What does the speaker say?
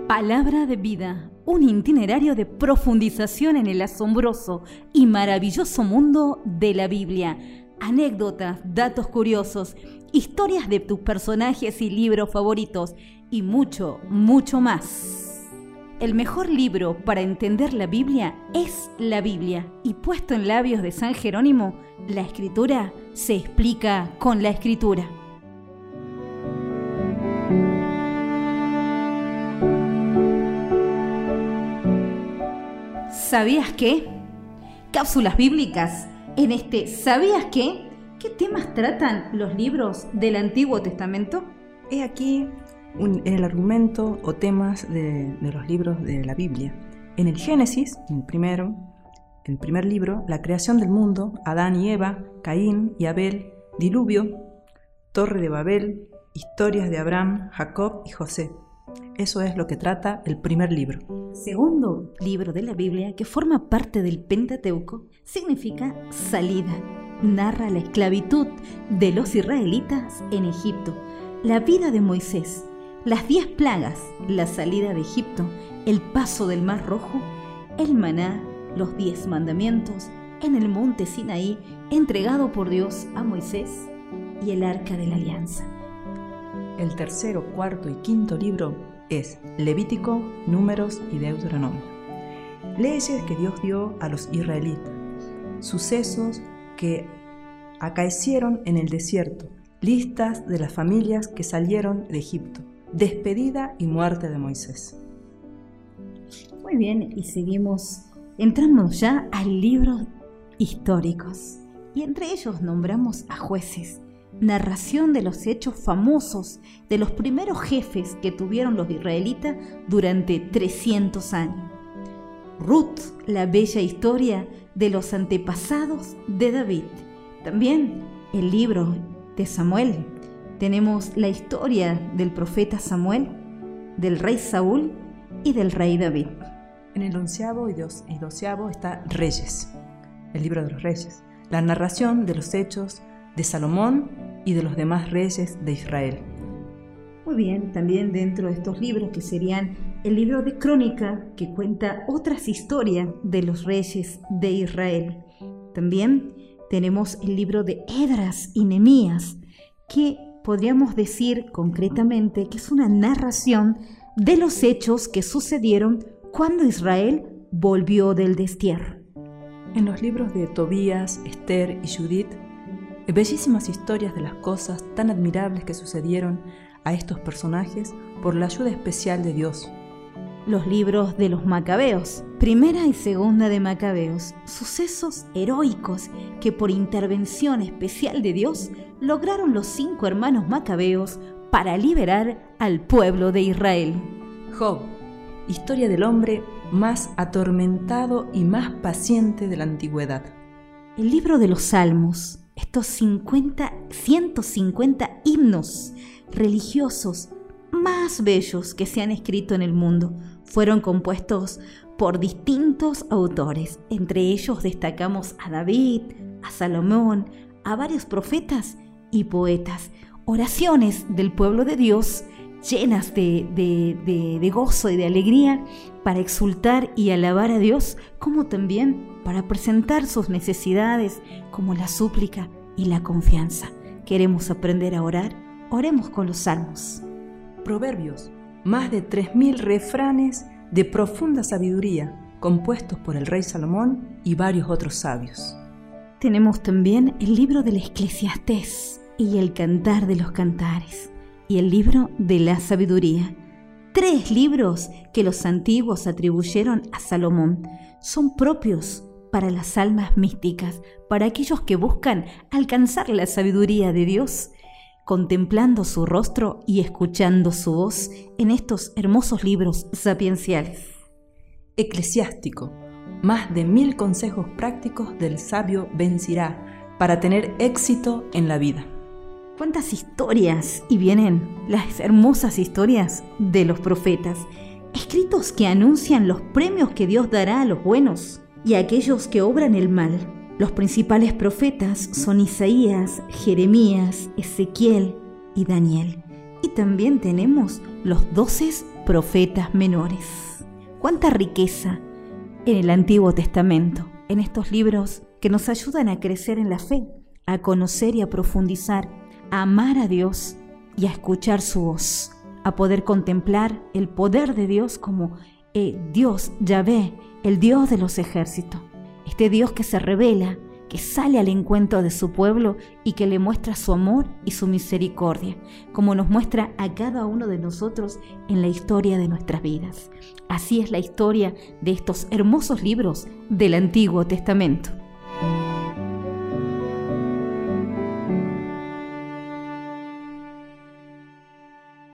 Palabra de vida, un itinerario de profundización en el asombroso y maravilloso mundo de la Biblia. Anécdotas, datos curiosos, historias de tus personajes y libros favoritos y mucho, mucho más. El mejor libro para entender la Biblia es la Biblia, y puesto en labios de San Jerónimo, la Escritura se explica con la Escritura. ¿Sabías qué? Cápsulas bíblicas. En este ¿Sabías qué? ¿Qué temas tratan los libros del Antiguo Testamento? He aquí el argumento o temas de los libros de la Biblia. En el Génesis, el primer libro, la creación del mundo, Adán y Eva, Caín y Abel, diluvio, Torre de Babel, historias de Abraham, Jacob y José. Eso es lo que trata el primer libro. Segundo libro de la Biblia, que forma parte del Pentateuco, significa salida. Narra la esclavitud de los israelitas en Egipto, la vida de Moisés, las 10 plagas, la salida de Egipto, el paso del Mar Rojo, el maná, los 10 mandamientos en el monte Sinaí, entregado por Dios a Moisés, y el Arca de la Alianza. El tercero, cuarto y quinto libro es Levítico, Números y Deuteronomio. Leyes que Dios dio a los israelitas, sucesos que acaecieron en el desierto, listas de las familias que salieron de Egipto, despedida y muerte de Moisés. Muy bien, y seguimos, entramos ya a libros históricos, y entre ellos nombramos a Jueces, narración de los hechos famosos de los primeros jefes que tuvieron los israelitas durante 300 años. Ruth, la bella historia de los antepasados de David. También el libro de Samuel. Tenemos la historia del profeta Samuel, del rey Saúl y del rey David. En el 11º y 12º está Reyes, el libro de los Reyes, la narración de los hechos de Salomón y de los demás reyes de Israel. Muy bien, también dentro de estos libros que serían el libro de Crónica, que cuenta otras historias de los reyes de Israel. También tenemos el libro de Esdras y Nehemías, que podríamos decir concretamente que es una narración de los hechos que sucedieron cuando Israel volvió del destierro. En los libros de Tobías, Esther y Judith, bellísimas historias de las cosas tan admirables que sucedieron a estos personajes por la ayuda especial de Dios. Los libros de los Macabeos, primera y segunda de Macabeos, sucesos heroicos que por intervención especial de Dios lograron los 5 hermanos Macabeos para liberar al pueblo de Israel. Job, historia del hombre más atormentado y más paciente de la antigüedad. El libro de los Salmos, estos 150 himnos religiosos más bellos que se han escrito en el mundo, fueron compuestos por distintos autores. Entre ellos destacamos a David, a Salomón, a varios profetas y poetas. Oraciones del pueblo de Dios llenas de gozo y de alegría para exultar y alabar a Dios, como también para presentar sus necesidades, como la súplica y la confianza. ¿Queremos aprender a orar? Oremos con los salmos. Proverbios, más de 3000 refranes de profunda sabiduría, compuestos por el rey Salomón y varios otros sabios. Tenemos también el libro del Eclesiastés y el Cantar de los Cantares, y el libro de la Sabiduría. 3 libros que los antiguos atribuyeron a Salomón. Son propios para las almas místicas, para aquellos que buscan alcanzar la sabiduría de Dios, contemplando su rostro y escuchando su voz en estos hermosos libros sapienciales. Eclesiástico, más de 1000 consejos prácticos del sabio Ben Sirá para tener éxito en la vida. ¿Cuántas historias? Y vienen las hermosas historias de los profetas, escritos que anuncian los premios que Dios dará a los buenos y a aquellos que obran el mal. Los principales profetas son Isaías, Jeremías, Ezequiel y Daniel. Y también tenemos los 12 profetas menores. ¡Cuánta riqueza en el Antiguo Testamento! En estos libros que nos ayudan a crecer en la fe, a conocer y a profundizar, a amar a Dios y a escuchar su voz, a poder contemplar el poder de Dios como Dios, Yahvé, el Dios de los ejércitos. Este Dios que se revela, que sale al encuentro de su pueblo y que le muestra su amor y su misericordia, como nos muestra a cada uno de nosotros en la historia de nuestras vidas. Así es la historia de estos hermosos libros del Antiguo Testamento.